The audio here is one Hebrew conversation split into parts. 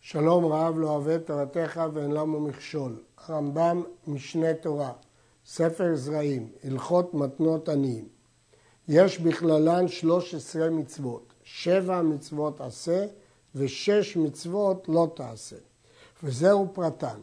שלום רב לא אוהב תורתך ואין למו מכשול. הרמב"ם משנה תורה, ספר זרעים, הלכות מתנות עניים. יש בכללן 13 מצוות, 7 מצוות עשה ו6 מצוות לא תעשה. וזהו פרטן.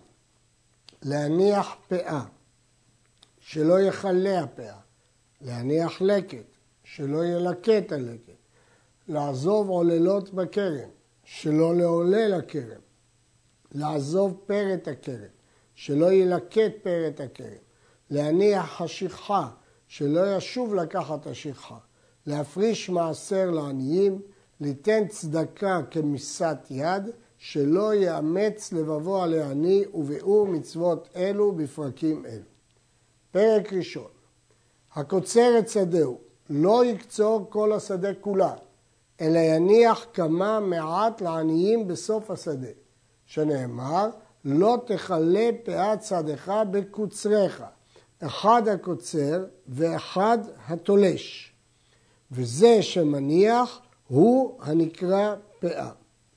להניח פאה, שלא יחלה הפאה. להניח לקט, שלא ילקט הלקט. לעזוב עוללות בכרם, שלא לעולל הכרם. לעזוב פרת הכרם, שלא ילקט פרת הכרם. להניח חשיכה, שלא ישוב לקחת השכחה. להפריש מעשר לעניים, ליתן צדקה כמיסת יד, שלא יאמץ לבבו על העני, וביאור מצוות אלו בפרקים אלו. פרק ראשון. הקוצר את שדהו, לא יקצור כל השדה כולה, אלא יניח כמה מעט לעניים בסוף השדה, שנאמר, לא תחלה פאת שדך בקוצריך, אחד הקוצר ואחד התולש, וזה שמניח הוא הנקרא פאה.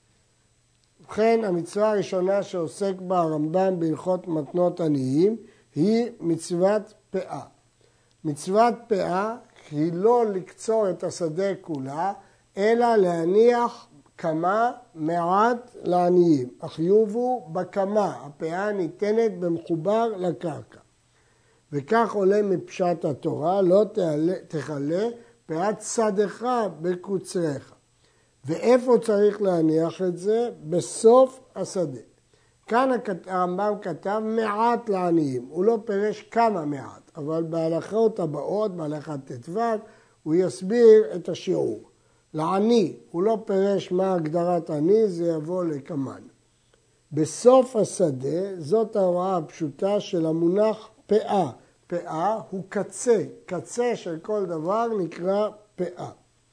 ובכן, המצווה הראשונה שעוסק בה הרמב"ם בהלכות מתנות עניים היא מצוות פאה. מצוות פאה היא לא לקצור את השדה כולה, אלא להניח כמה מעט לעניים. החיוב בכמה, הפאה ניתנת במחובר לקרקע. וכך עולה מפשט התורה, לא תחלה פאת שדך בקוצריך. ואיפה צריך להניח את זה? בסוף השדה. כאן הרמב"ם כתב מעט לעניים, הוא לא פירש כמה מעט, אבל בהלכות הבאות, בהלכת ט"ו, הוא יסביר את השיעור. לעני, הוא לא פירש מה הגדרת עני, זה יבוא לכמן. בסוף השדה, זאת ההוראה הפשוטה של המונח פאה. פאה הוא קצה, קצה של כל דבר נקרא פאה.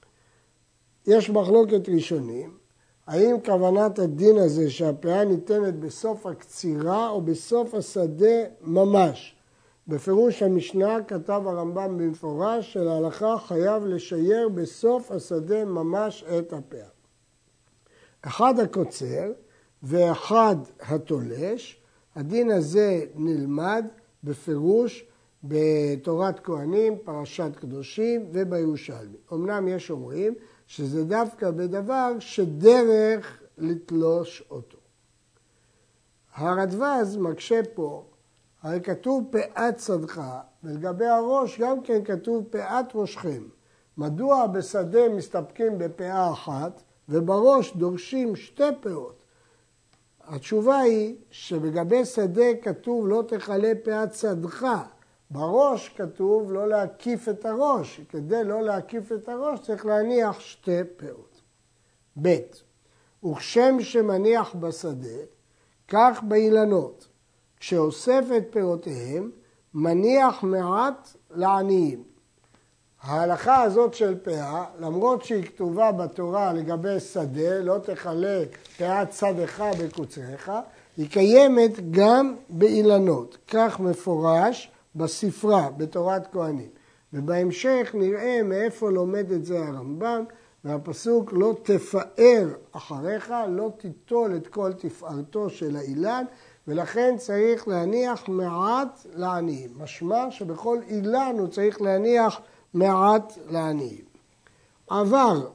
יש מחלוקת ראשונים, האם כוונת הדין הזה שהפאה ניתנת בסוף הקצירה או בסוף השדה ממש. בפירוש המשנה כתב הרמב"ם במפורש שלהלכה חייב לשייר בסוף השדה ממש את הפאה. אחד הקוצר ואחד התולש, הדין הזה נלמד בפירוש בתורת כהנים, פרשת קדושים ובירושלמי. אמנם יש אומרים שזה דווקא בדבר שדרך לתלוש אותו. הרדב"ז מקשה פה, הרי כתוב פאת שדך, ולגבי הראש גם כן כתוב פאת ראשכם. מדוע בשדה מסתפקים בפאה אחת, ובראש דורשים 2 פאות? התשובה היא שבגבי שדה כתוב לא תחלה פאת שדך, בראש כתוב לא להקיף את הראש, כדי לא להקיף את הראש צריך להניח 2 פאות. ב' וכשם שמניח בשדה, כך באילנות. כשאוסף את פירותיהם, מניח מעט לעניים. ההלכה הזאת של פאה, למרות שהיא כתובה בתורה לגבי שדה, לא תחלה פאת שדך בקוצריך, היא קיימת גם באילנות. כך מפורש בספרה, בתורת כהנים. ובהמשך נראה מאיפה לומד את זה הרמב"ם, והפסוק לא תפאר אחריך, לא תיטול את כל תפארתו של האילן, ולכן צריך להניח מעט לעניים. משמע שבכל אילן הוא צריך להניח מעט לעניים. עבר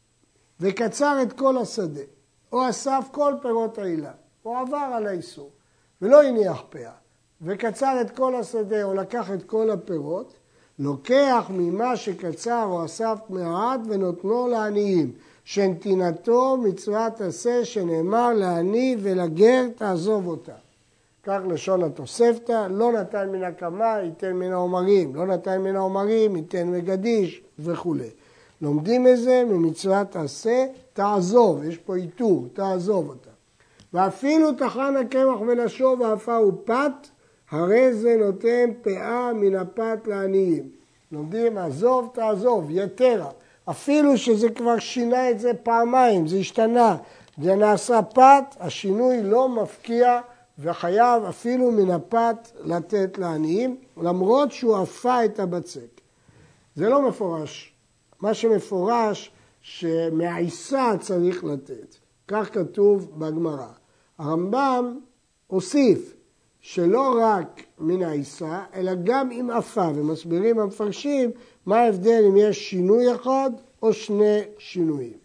וקצר את כל השדה, או אסף כל פירות האילן, או עבר על האיסור, ולא הניח פאה, וקצר את כל השדה, או לקח את כל הפירות, לוקח ממה שקצר או אסף מעט ונותנו לעניים, שנתינתו מצוות עשה שנאמר לעני ולגר תעזוב אותה. כך לשון התוספתא, לא נתן מן הקמה, ייתן מן העומרים, לא נתן מן העומרים, ייתן מגדיש וכו'. לומדים את זה ממצוות עשה, תעזוב, יש פה איתור, תעזוב אותה. ואפילו טחן הקמח ונשו ואפה ופת, הרי זה נותן פאה מן הפת לעניים. לומדים, עזוב, תעזוב, יתרה. אפילו שזה כבר שינה את זה פעמיים, זה השתנה, זה נעשה פת, השינוי לא מפקיע וחייב אפילו מן הפת לתת לעניים, למרות שהוא אפה את הבצק. זה לא מפורש. מה שמפורש שמעיסה צריך לתת. כך כתוב בגמרא. הרמב"ם הוסיף שלא רק מן העיסה, אלא גם עם אפה, ומסבירים המפרשים מה ההבדל אם יש שינוי אחד או שני שינויים.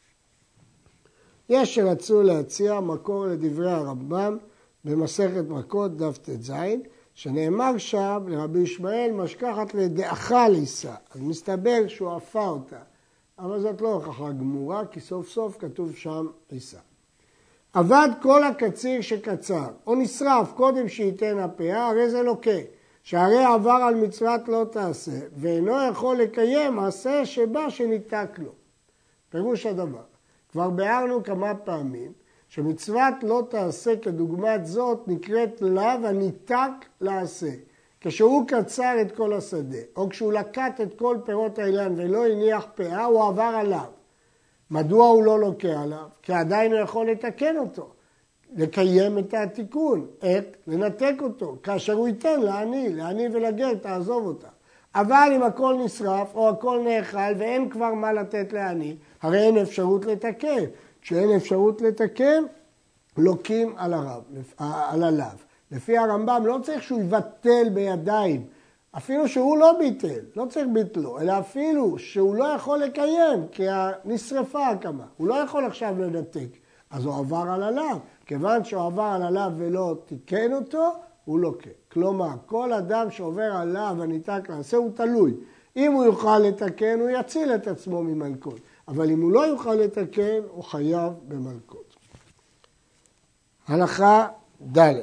יש שרצו להציע מקור לדברי הרמב"ם במסכת מכות דף ט"ז, שנאמר שם לרבי ישמעאל משכחת לדאך לעיסה, אז מסתבר שהוא אפה אותה, אבל זאת לא הוכחה גמורה, כי סוף סוף כתוב שם עיסה. עבד כל הקציר שקצר, או נשרף קודם שייתן הפאה, הרי זה לוקה, שהרי עבר על מצוות לא תעשה, ואינו יכול לקיים מעשה שבה שניתק לו. פירוש הדבר, כבר ביארנו כמה פעמים, שמצוות לא תעשה כדוגמת זאת נקראת לאו הניתק לעשה. כשהוא קצר את כל השדה, או כשהוא לקט את כל פירות האילן ולא הניח פאה, הוא עבר עליו. מדוע הוא לא לוקה עליו? כי עדיין הוא יכול לתקן אותו, לקיים את התיקון, לנתק אותו, כאשר הוא ייתן לעני ולגר תעזוב אותה. אבל אם הכל נשרף או הכל נאכל ואין כבר מה לתת לעני, הרי אין אפשרות לתקן. כשאין אפשרות לתקן, לוקים על הלאו. לפי הרמב"ם לא צריך שהוא יבטל בידיים, אפילו שהוא לא ביטל, לא צריך ביטלו, אלא אפילו שהוא לא יכול לקיים, כי נשרפה הקמה, הוא לא יכול עכשיו לנתק, אז הוא עבר על הלאו, כיוון שהוא עבר על הלאו ולא תיקן אותו, הוא לוקה. כלומר, כל אדם שעובר על לאו הניתק לעשה הוא תלוי. אם הוא יוכל לתקן, הוא יציל את עצמו ממלכות, אבל אם הוא לא יוכל לתקן, הוא חייב במלכות. הלכה ד'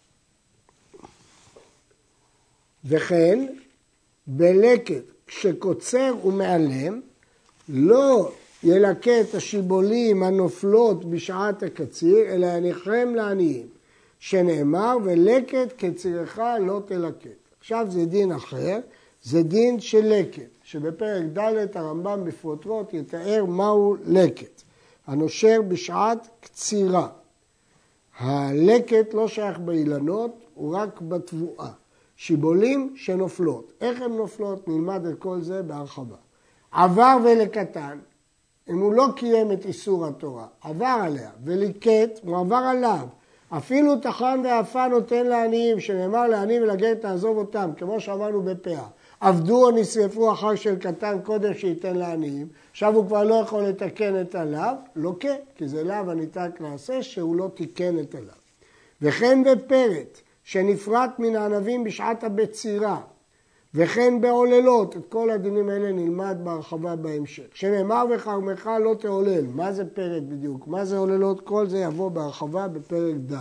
וכן, בלקט כשקוצר ומעלם, לא ילקה את השיבולים הנופלות בשעת הקציר, אלא יניחם לעניים, שנאמר, ולקט קצירך לא תלקט. עכשיו זה דין אחר, זה דין של לקט, שבפרק ד' הרמב"ם בפרוטרוט יתאר מהו לקט, הנושר בשעת קצירה. הלקט לא שייך באילנות, הוא רק בתבואה. שיבולים שנופלות. איך הן נופלות? נלמד את כל זה בהרחבה. עבר ולקטן, אם הוא לא קיים את איסור התורה, עבר עליה, וליקט, הוא עבר עליו. אפילו תחן ואפה נותן לעניים, שנאמר לעניים ולגר תעזוב אותם, כמו שאמרנו בפאה. עבדו או נשרפו אחר של קטן קודם שייתן לעניים, עכשיו הוא כבר לא יכול לתקן את הלאו, לוקה, כי זה לאו הניתק לעשה שהוא לא תיקן את הלאו. וכן בפרט, שנפרט מן הענבים בשעת הבצירה, וכן בעוללות, את כל הדינים האלה נלמד בהרחבה בהמשך. שנאמר וכרמך לא תעולל, מה זה פרט בדיוק? מה זה עוללות? כל זה יבוא בהרחבה בפרק ד'.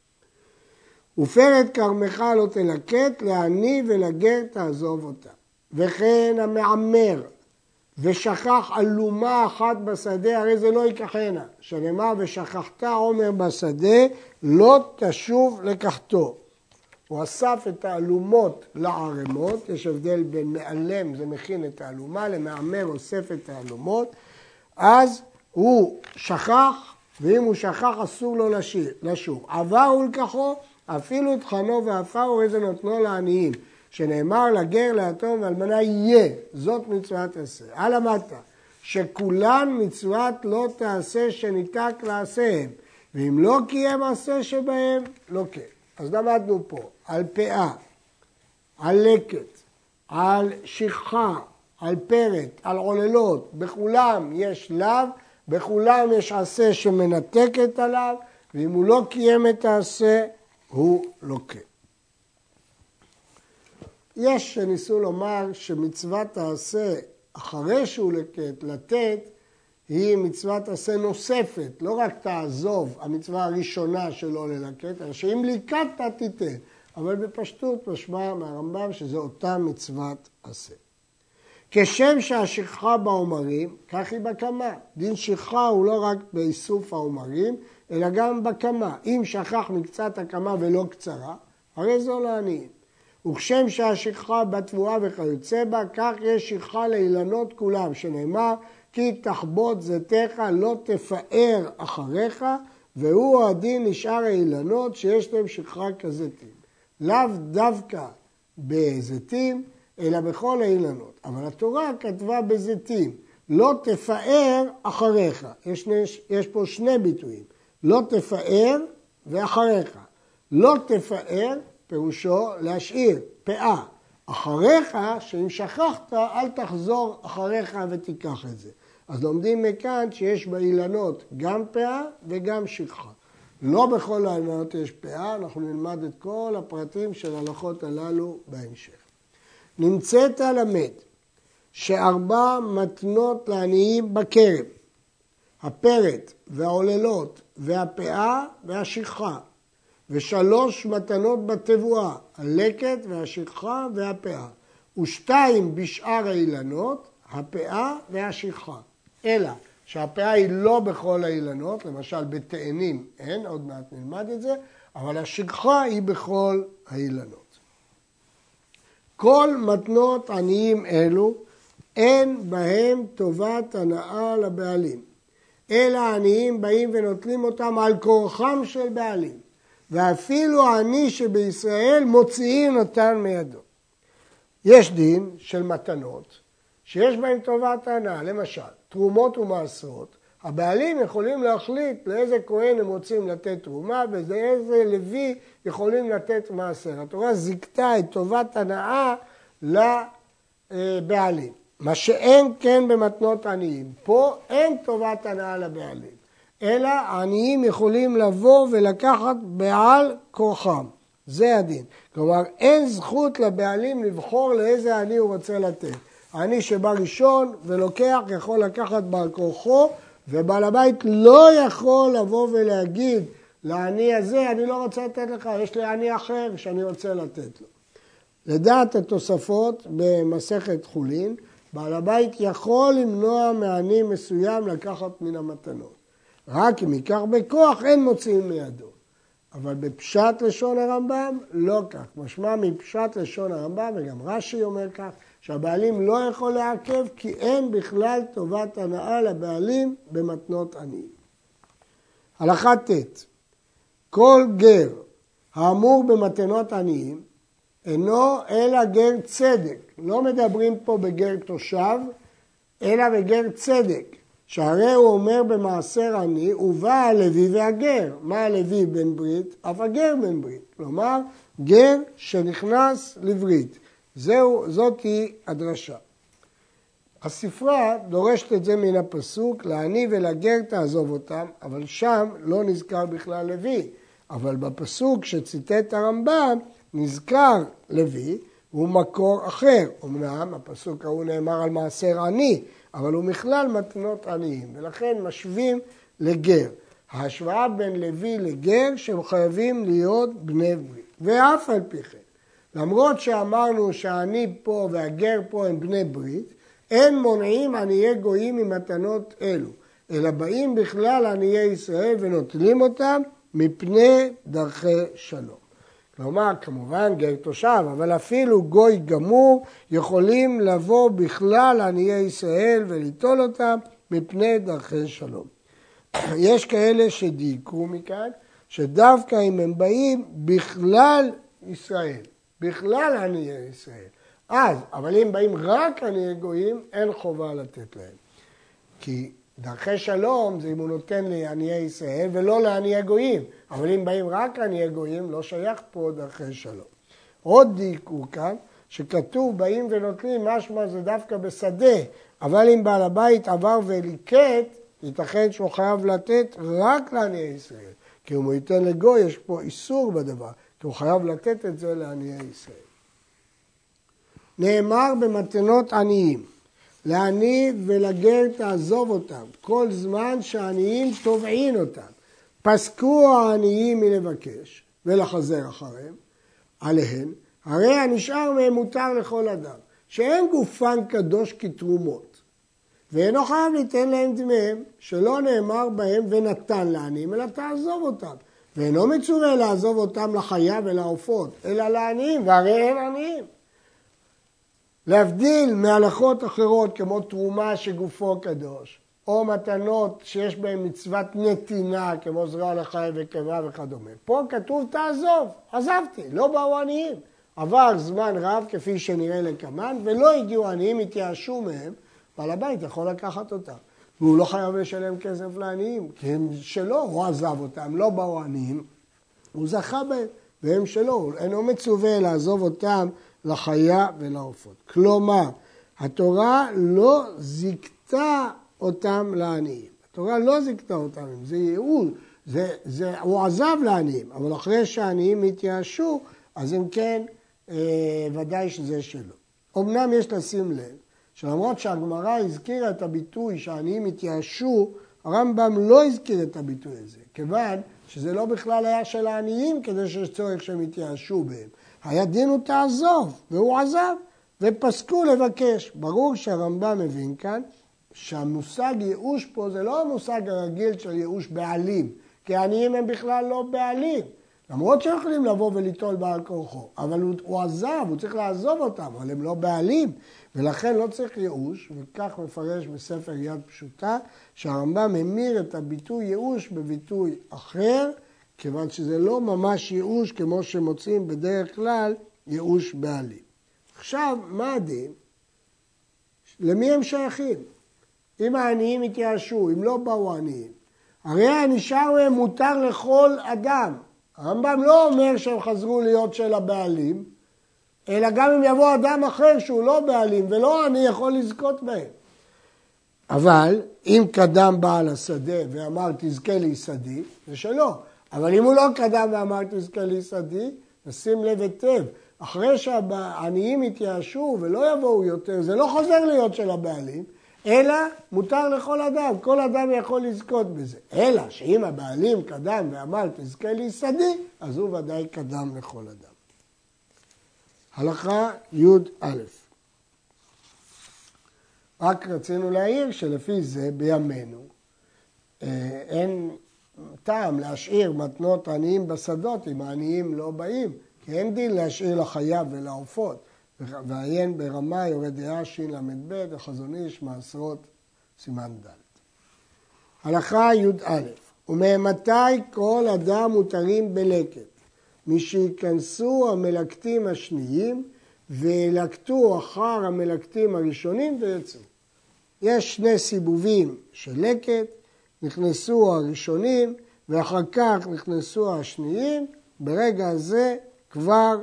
ופרט כרמך לא תלקט, לעני ולגר תעזוב אותה. וכן המעמר, ושכח אלומה אחת בשדה, הרי זה לא ייקחנה. שנאמר ושכחת עומר בשדה, לא תשוב לקחתו. הוא אסף את האלומות לערמות, יש הבדל בין מעלם, זה מכין את האלומה, למעמר אוסף את האלומות, אז הוא שכח, ואם הוא שכח אסור לו לשוב. עבר ולקחו, אפילו את חנו ואפר, וזה נותנו לעניים, שנאמר לגר, ליתום ואלמנה יהיה, זאת מצוות עשה. על המטה, שכולן מצוות לא תעשה שניתק לעשיהם, ואם לא קיים עשה שבהם, לא כן. אז למדנו פה על פאה, על לקט, על שכחה, על פרט, על עוללות, בכולם יש לאו, בכולם יש עשה שמנתק את הלאו, ואם הוא לא קיים את העשה, הוא לוקה. יש שניסו לומר שמצוות העשה אחרי שהוא לקט, לתת, היא מצוות עשה נוספת, לא רק תעזוב, המצווה הראשונה שלא ללקט, אלא שאם ליקטת תיתן, אבל בפשטות משמע מהרמב"ם שזו אותה מצוות עשה. כשם שהשכחה בעומרים, כך היא בקמה. דין שכחה הוא לא רק באיסוף העומרים, אלא גם בקמה. אם שכח מקצת הקמה ולא קצרה, הרי זו לעניים. וכשם שהשכחה בתבואה וכיוצא בה, כך יש שכחה לאילנות כולם, שנאמר, כי תחבוט זיתך לא תפאר אחריך, והוא הדין נשאר האילנות שיש להם שכחה כזיתים. לאו דווקא בזיתים, אלא בכל האילנות. אבל התורה כתבה בזיתים, לא תפאר אחריך. יש פה שני ביטויים, לא תפאר ואחריך. לא תפאר, פירושו להשאיר, פאה. אחריך, שאם שכחת, אל תחזור אחריך ותיקח את זה. אז לומדים מכאן שיש באילנות גם פאה וגם שכחה. לא בכל האילנות יש פאה, אנחנו נלמד את כל הפרטים של ההלכות הללו בהמשך. נמצאת למד שארבע מתנות לעניים בכרם, הפרת והעוללות והפאה והשכחה, ושלוש מתנות בתבואה, הלקט והשכחה והפאה, ושתיים בשאר האילנות, הפאה והשכחה. אלא שהפאה היא לא בכל האילנות, למשל בתאנים אין, עוד מעט נלמד את זה, אבל השכחה היא בכל האילנות. כל מתנות עניים אלו, אין בהם טובת הנאה לבעלים, אלא העניים באים ונוטלים אותם על כורחם של בעלים, ואפילו העני שבישראל מוציאים אותן מידו. יש דין של מתנות שיש בהם טובת הנאה, למשל תרומות ומעשרות, הבעלים יכולים להחליט לאיזה כהן הם רוצים לתת תרומה ולאיזה לוי יכולים לתת מעשר. התורה זיקתה את טובת הנאה לבעלים. מה שאין כן במתנות עניים. פה אין טובת הנאה לבעלים, אלא העניים יכולים לבוא ולקחת בעל כוחם. זה הדין. כלומר, אין זכות לבעלים לבחור לאיזה עני הוא רוצה לתת. העני שבא ראשון ולוקח יכול לקחת בעל כוחו, ובעל הבית לא יכול לבוא ולהגיד לעני הזה, אני לא רוצה לתת לך, יש לי עני אחר שאני רוצה לתת לו. לדעת התוספות במסכת חולין, בעל הבית יכול למנוע מעני מסוים לקחת מן המתנות. רק אם ייקח בכוח אין מוציאים מידו. אבל בפשט לשון הרמב"ם לא כך. משמע מפשט לשון הרמב"ם, וגם רש"י אומר כך, שהבעלים לא יכול לעכב כי אין בכלל טובת הנאה לבעלים במתנות עניים. הלכה ט' כל גר האמור במתנות עניים אינו אלא גר צדק. לא מדברים פה בגר תושב, אלא בגר צדק. שהרי הוא אומר במעשר עני, ובא הלוי והגר. מה הלוי בן ברית? אף הגר בן ברית. כלומר, גר שנכנס לברית. זאת היא הדרשה. הספרה דורשת את זה מן הפסוק, לעני ולגר תעזוב אותם, אבל שם לא נזכר בכלל לוי. אבל בפסוק שציטט הרמב"ם, נזכר לוי, הוא מקור אחר. אמנם הפסוק ההוא נאמר על מעשר עני, אבל הוא מכלל מתנות עניים, ולכן משווים לגר. ההשוואה בין לוי לגר שהם חייבים להיות בני ברית. ואף על פי כן, למרות שאמרנו שהעני פה והגר פה הם בני ברית, אין מונעים עניי גויים ממתנות אלו, אלא באים בכלל עניי ישראל ונוטלים אותם מפני דרכי שלום. כלומר, כמובן גר תושב, אבל אפילו גוי גמור יכולים לבוא בכלל עניי ישראל וליטול אותם מפני דרכי שלום. יש כאלה שדייקו מכאן, שדווקא אם הם באים בכלל ישראל, בכלל עניי ישראל, אבל אם באים רק עניי גויים, אין חובה לתת להם. כי דרכי שלום זה אם הוא נותן לעניי ישראל ולא לעניי גויים. אבל אם באים רק עניי גויים, לא שייך פה דרכי שלום. עוד דייקו כאן, שכתוב באים ונוטלים, משמע זה דווקא בשדה, אבל אם בעל הבית עבר וליקט, ייתכן שהוא חייב לתת רק לעניי ישראל. כי אם הוא ייתן לגוי, יש פה איסור בדבר, כי הוא חייב לתת את זה לעניי ישראל. נאמר במתנות עניים, לעני ולגר תעזוב אותם, כל זמן שהעניים תובעין אותם. פסקו העניים מלבקש ולחזר אחריהם, עליהן, הרי הנשאר מהם מותר לכל אדם, שאין גופן קדוש כתרומות, ואינו חייב ליתן להם דמיהם, שלא נאמר בהם ונתן לעניים, אלא תעזוב אותם. ואינו מצווה לעזוב אותם לחיה ולעופות, אלא לעניים, והרי אין עניים. להבדיל מהלכות אחרות כמו תרומה שגופו קדוש, או מתנות שיש בהן מצוות נתינה כמו זרוע לחי וקרבה וכדומה. פה כתוב תעזוב, עזבתי, לא באו עניים. עבר זמן רב כפי שנראה לקמן ולא הגיעו עניים, התייאשו מהם, בעל הבית יכול לקחת אותם. והוא לא חייב לשלם כסף לעניים, כי הם שלו, הוא עזב אותם, לא באו עניים. הוא זכה בהם, והם שלו, אינו מצווה לעזוב אותם לחיה ולעופות. כלומר, התורה לא זיכתה אותם לעניים. התורה לא זיכתה אותם, זה ייעול, הוא עזב לעניים, אבל אחרי שהעניים התייאשו, אז אם כן, ודאי שזה שלו. אמנם יש לשים לב, שלמרות שהגמרא הזכירה את הביטוי שהעניים התייאשו, הרמב"ם לא הזכיר את הביטוי הזה, כיוון שזה לא בכלל היה של העניים כדי שיש צורך שהם התייאשו בהם. היה דין הוא תעזוב, והוא עזב, ופסקו לבקש. ברור שהרמב"ם מבין כאן, שהמושג ייאוש פה זה לא המושג הרגיל של ייאוש בעלים, כי העניים הם בכלל לא בעלים. למרות שיכולים לבוא וליטול בעל כורחו, אבל הוא עזב, הוא צריך לעזוב אותם, אבל הם לא בעלים, ולכן לא צריך ייאוש, וכך מפרש בספר יד פשוטה, שהרמב"ם המיר את הביטוי ייאוש בביטוי אחר, כיוון שזה לא ממש ייאוש כמו שמוצאים בדרך כלל ייאוש בעלים. עכשיו, מה הדין? למי הם שייכים? אם העניים התייאשו, אם לא באו העניים, הרי הנשאר מהם מותר לכל אדם. הרמב"ם לא אומר שהם חזרו להיות של הבעלים, אלא גם אם יבוא אדם אחר שהוא לא בעלים ולא אני יכול לזכות בהם. אבל אם קדם בעל השדה ואמר תזכה לי שדי, זה שלו. אבל אם הוא לא קדם ואמר תזכה לי שדי, נשים לב היטב. אחרי שהעניים התייאשו ולא יבואו יותר, זה לא חוזר להיות של הבעלים, אלא מותר לכל אדם, כל אדם יכול לזכות בזה. אלא שאם הבעלים קדם ואמר תזכה לי שדי, אז הוא ודאי קדם לכל אדם. הלכה י"א. רק רצינו להעיר שלפי זה בימינו אין טעם להשאיר מתנות עניים בשדות אם העניים לא באים, כי אין דין להשאיר לחיה ולעופות. ועיין ברמה יורד דעה של"ב, החזון איש מעשרות סימן ד'. הלכה י"א. וממתי כל אדם מותרים בלקט? משייכנסו המלקטים השניים וילקטו אחר המלקטים הראשונים ויצאו. יש שני סיבובים של לקט, נכנסו הראשונים ואחר כך נכנסו השניים, ברגע הזה כבר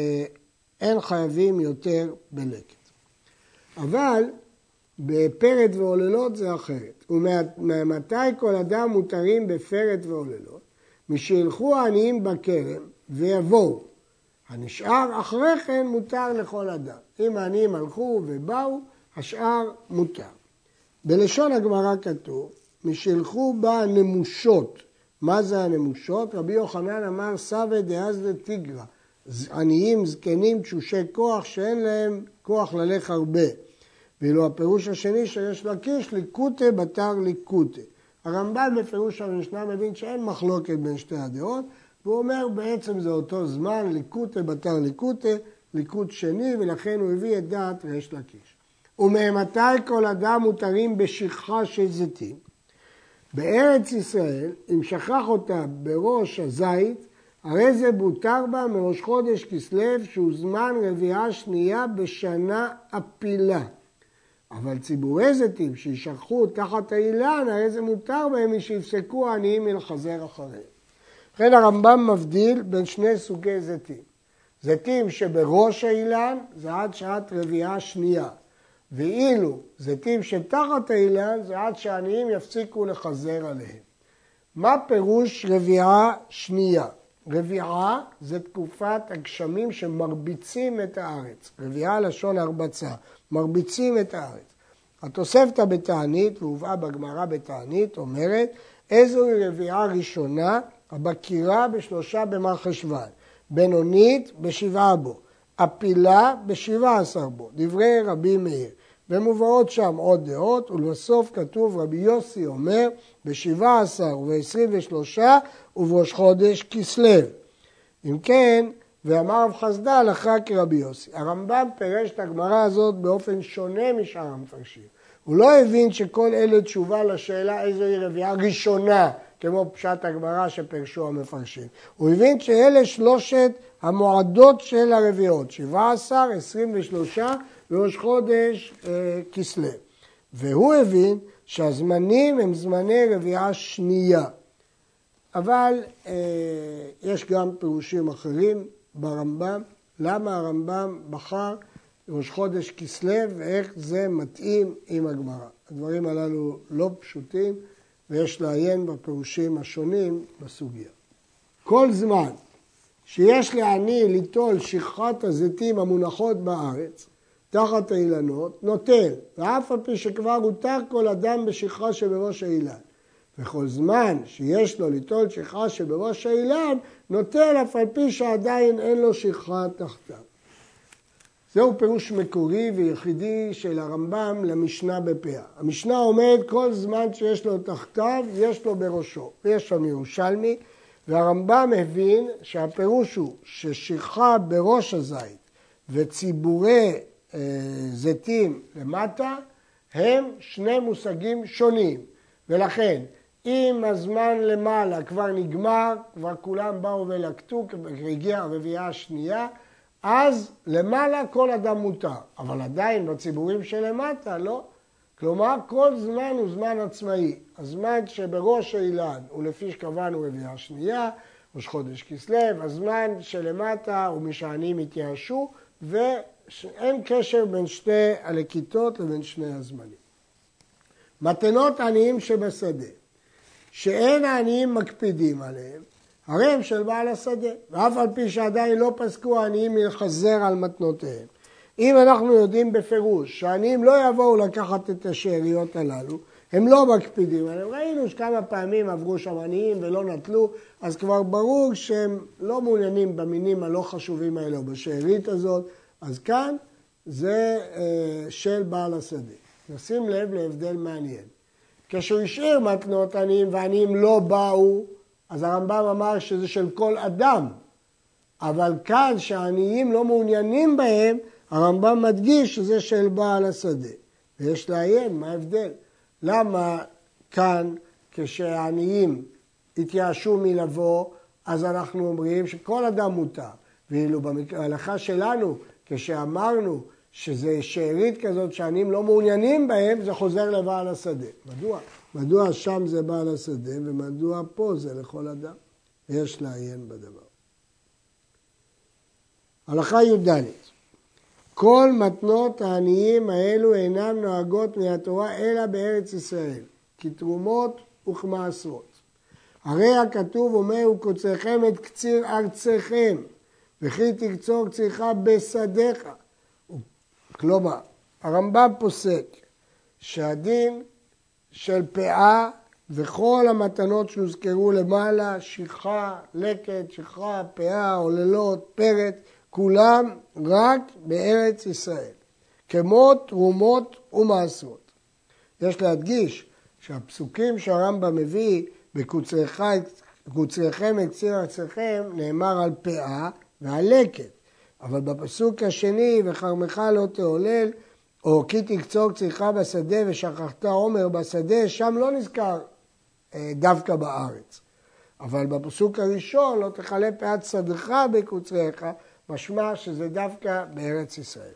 אין חייבים יותר בלקט. אבל בפרד ועוללות זה אחרת. וממתי כל אדם מותרים בפרד ועוללות? משילכו העניים בכרם ויבואו. הנשאר אחרי כן מותר לכל אדם. אם העניים הלכו ובאו, השאר מותר. בלשון הגמרא כתוב, משילכו בה נמושות. מה זה הנמושות? רבי יוחנן אמר סבא דאזלא תיגרא. עניים, זקנים, תשושי כוח, שאין להם כוח ללך הרבה. ואילו הפירוש השני שיש לקיש, ליקוטה בתר ליקוטה. הרמב"ם בפירוש המשנה מבין שאין מחלוקת בין שתי הדעות, והוא אומר בעצם זה אותו זמן, ליקוטה בתר ליקוטה, ליקוט שני, ולכן הוא הביא את דעת ריש לקיש. וממתי כל אדם מותרים בשכחה של זיתים? בארץ ישראל, אם שכח אותה בראש הזית, הרי זה מותר בה מראש חודש כסלו, שהוא זמן רביעה שנייה בשנה אפילה. אבל ציבורי זיתים שישכחו תחת האילן, הרי זה מותר בהם משהפסקו העניים מלחזר אחריהם. לכן הרמב"ם מבדיל בין שני סוגי זיתים. זיתים שבראש האילן זה עד שעת רביעה שנייה. ואילו זיתים שתחת האילן זה עד שהעניים יפסיקו לחזר עליהם. מה פירוש רביעה שנייה? רביעה זה תקופת הגשמים שמרביצים את הארץ. רביעה לשון הרבצה, מרביצים את הארץ. התוספתא בתענית, והובאה בגמרא בתענית, אומרת, איזוהי רביעה ראשונה, הבקירה ב3 במרחשוון, בינונית ב7 בו, אפילה ב17 בו, דברי רבי מאיר. ומובאות שם עוד דעות, ולבסוף כתוב רבי יוסי אומר, ב17 וב23 ובראש חודש כסלו. אם כן, ואמר רב חסדא הלכה כרבי יוסי. הרמב"ם פירש את הגמרא הזאת באופן שונה משאר המפרשים. הוא לא הבין שכל אלה תשובה לשאלה איזוהי רביעה ראשונה, כמו פשט הגמרא שפרשו המפרשים. הוא הבין שאלה שלושת המועדות של הרביעות, 17, 23 וראש חודש כסלו. והוא הבין שהזמנים הם זמני רביעה שנייה. אבל יש גם פירושים אחרים ברמב"ם, למה הרמב"ם בחר ראש חודש כסלו ואיך זה מתאים עם הגמרא. הדברים הללו לא פשוטים ויש לעיין בפירושים השונים בסוגיה. כל זמן שיש לעני ליטול שכחת הזיתים המונחות בארץ, תחת האילנות, נוטל, ואף על פי שכבר הותר כל אדם בשכחה שבראש האילן. וכל זמן שיש לו ליטול שכחה שבראש האילן, נוטל אף על פי שעדיין אין לו שכחה תחתיו. זהו פירוש מקורי ויחידי של הרמב"ם למשנה בפאה. המשנה אומרת כל זמן שיש לו תחתיו, יש לו בראשו. ויש שם ירושלמי, והרמב"ם הבין שהפירוש הוא ששכחה בראש הזית וציבורי זיתים למטה הם שני מושגים שונים. ולכן אם הזמן למעלה כבר נגמר, כבר כולם באו ולקטו, הגיעה הרביעייה השנייה, אז למעלה כל אדם מותר, אבל עדיין בציבורים שלמטה לא. כלומר כל זמן הוא זמן עצמאי. הזמן שבראש האילן הוא לפי שקבענו רביעייה שנייה, ראש חודש כסלו, הזמן שלמטה הוא משענים התייאשו, ואין קשר בין שתי הלקיטות לבין שני הזמנים. מתנות עניים שבשדה, שאין העניים מקפידים עליהם, הרי הם של בעל השדה, ואף על פי שעדיין לא פסקו העניים מלחזר על מתנותיהם. אם אנחנו יודעים בפירוש שהעניים לא יבואו לקחת את השאריות הללו, הם לא מקפידים עליהם. ראינו שכמה פעמים עברו שם עניים ולא נטלו, אז כבר ברור שהם לא מעוניינים במינים הלא חשובים האלה או בשארית הזאת, אז כאן זה של בעל השדה. נשים לב להבדל מעניין. כשהוא השאיר מתנות עניים ועניים לא באו, אז הרמב"ם אמר שזה של כל אדם. אבל כאן שהעניים לא מעוניינים בהם, הרמב"ם מדגיש שזה של בעל השדה. ויש לעיין מה ההבדל. למה כאן כשהעניים התייאשו מלבוא, אז אנחנו אומרים שכל אדם מותר. ואילו בהלכה שלנו, כשאמרנו שזה שארית כזאת שהעניים לא מעוניינים בהם, זה חוזר לבעל השדה. מדוע? מדוע שם זה בעל השדה ומדוע פה זה לכל אדם? יש לעיין בדבר. הלכה י"ד. כל מתנות העניים האלו אינם נוהגות מהתורה אלא בארץ ישראל, כתרומות וכמעשרות. הרי הכתוב אומר, וקוצריכם את קציר ארציכם, וכי תקצור קצירך בשדיך. כלומר, הרמב"ם פוסק שהדין של פאה וכל המתנות שהוזכרו למעלה, שכחה, לקט, שכחה, פאה, עוללות, פרט, כולם רק בארץ ישראל, כמו תרומות ומעשרות. יש להדגיש שהפסוקים שהרמב"ם מביא בקוצריכם את קציר ארציכם נאמר על פאה ועל לקט. אבל בפסוק השני, וחרמך לא תעולל, או כי תקצור קצירך בשדה ושכחת עומר בשדה, שם לא נזכר דווקא בארץ. אבל בפסוק הראשון, לא תכלה פאת שדך בקוצריך, משמע שזה דווקא בארץ ישראל.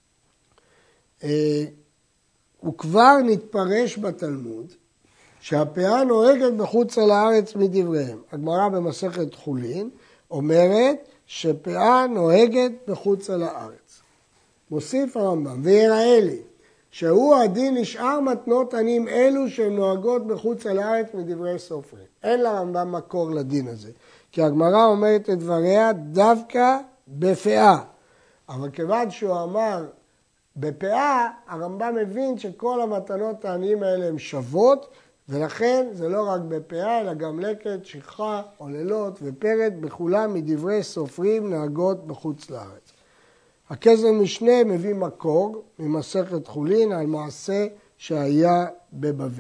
וכבר נתפרש בתלמוד שהפאה נוהגת בחוץ על הארץ מדבריהם. הגמרא במסכת חולין אומרת שפאה נוהגת בחוץ על הארץ. מוסיף הרמב"ם, ויראה לי שהוא הדין לשאר מתנות עניים אלו שהן נוהגות בחוץ על הארץ מדברי סופרים. אין לרמב"ם מקור לדין הזה, כי הגמרא אומרת את דבריה דווקא בפאה. אבל כיוון שהוא אמר בפאה, הרמב"ם מבין שכל המתנות העניים האלה הן שוות, ולכן זה לא רק בפאה, אלא גם לקט, שכחה, עוללות ופרט, בכולם מדברי סופרים נהגות בחוץ לארץ. הכסר משנה מביא מקור ממסכת חולין על מעשה שהיה בבבל.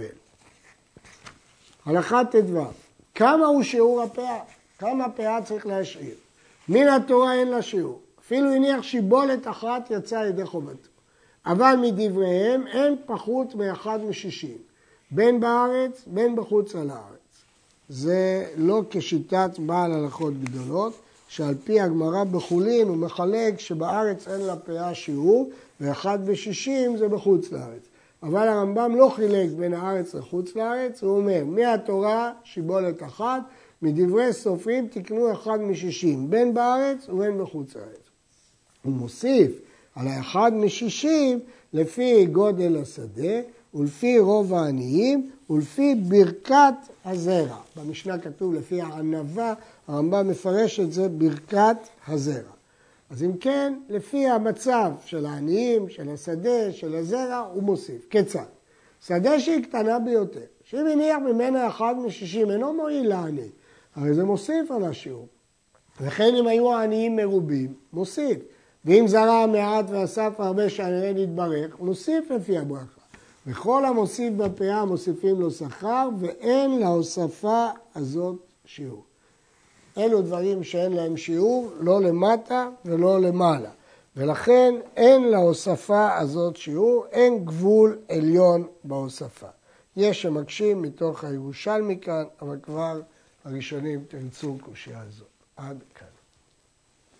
הלכה ט"ו, כמה הוא שיעור הפאה? כמה פאה צריך להשאיר? מן התורה אין לה שיעור. אפילו הניח שיבולת אחת יצא ידי חובתו. אבל מדבריהם אין פחות מאחד מ-60. בין בארץ, בין בחוץ על הארץ. זה לא כשיטת בעל הלכות גדולות, שעל פי הגמרא בחולין הוא מחלק שבארץ אין לה פאה שיעור, ואחד ו-60 זה בחוץ לארץ. אבל הרמב"ם לא חילק בין הארץ לחוץ לארץ, הוא אומר, מהתורה שיבולת אחת, מדברי סופרים תקנו 1 מ-60, בין בארץ ובין בחוץ לארץ. הוא מוסיף על 1 מ-60 לפי גודל השדה ולפי רוב העניים ולפי ברכת הזרע. במשנה כתוב לפי הענבה, הרמב"ם מפרש את זה ברכת הזרע. אז אם כן, לפי המצב של העניים, של השדה, של הזרע, הוא מוסיף. כיצד? שדה שהיא קטנה ביותר, שאם הניח ממנה 1 מ-60 אינו מועיל לעני, הרי זה מוסיף על השיעור. וכן אם היו העניים מרובים, מוסיף. ואם זרע מעט ואסף הרבה שהנראה נתברך, מוסיף לפי הברכה. וכל המוסיף בפאה מוסיפים לו שכר, ואין להוספה הזאת שיעור. אלו דברים שאין להם שיעור, לא למטה ולא למעלה. ולכן אין להוספה הזאת שיעור, אין גבול עליון בהוספה. יש שמקשים מתוך הירושלמי כאן, אבל כבר הראשונים תרצו קושיה הזאת. עד כאן.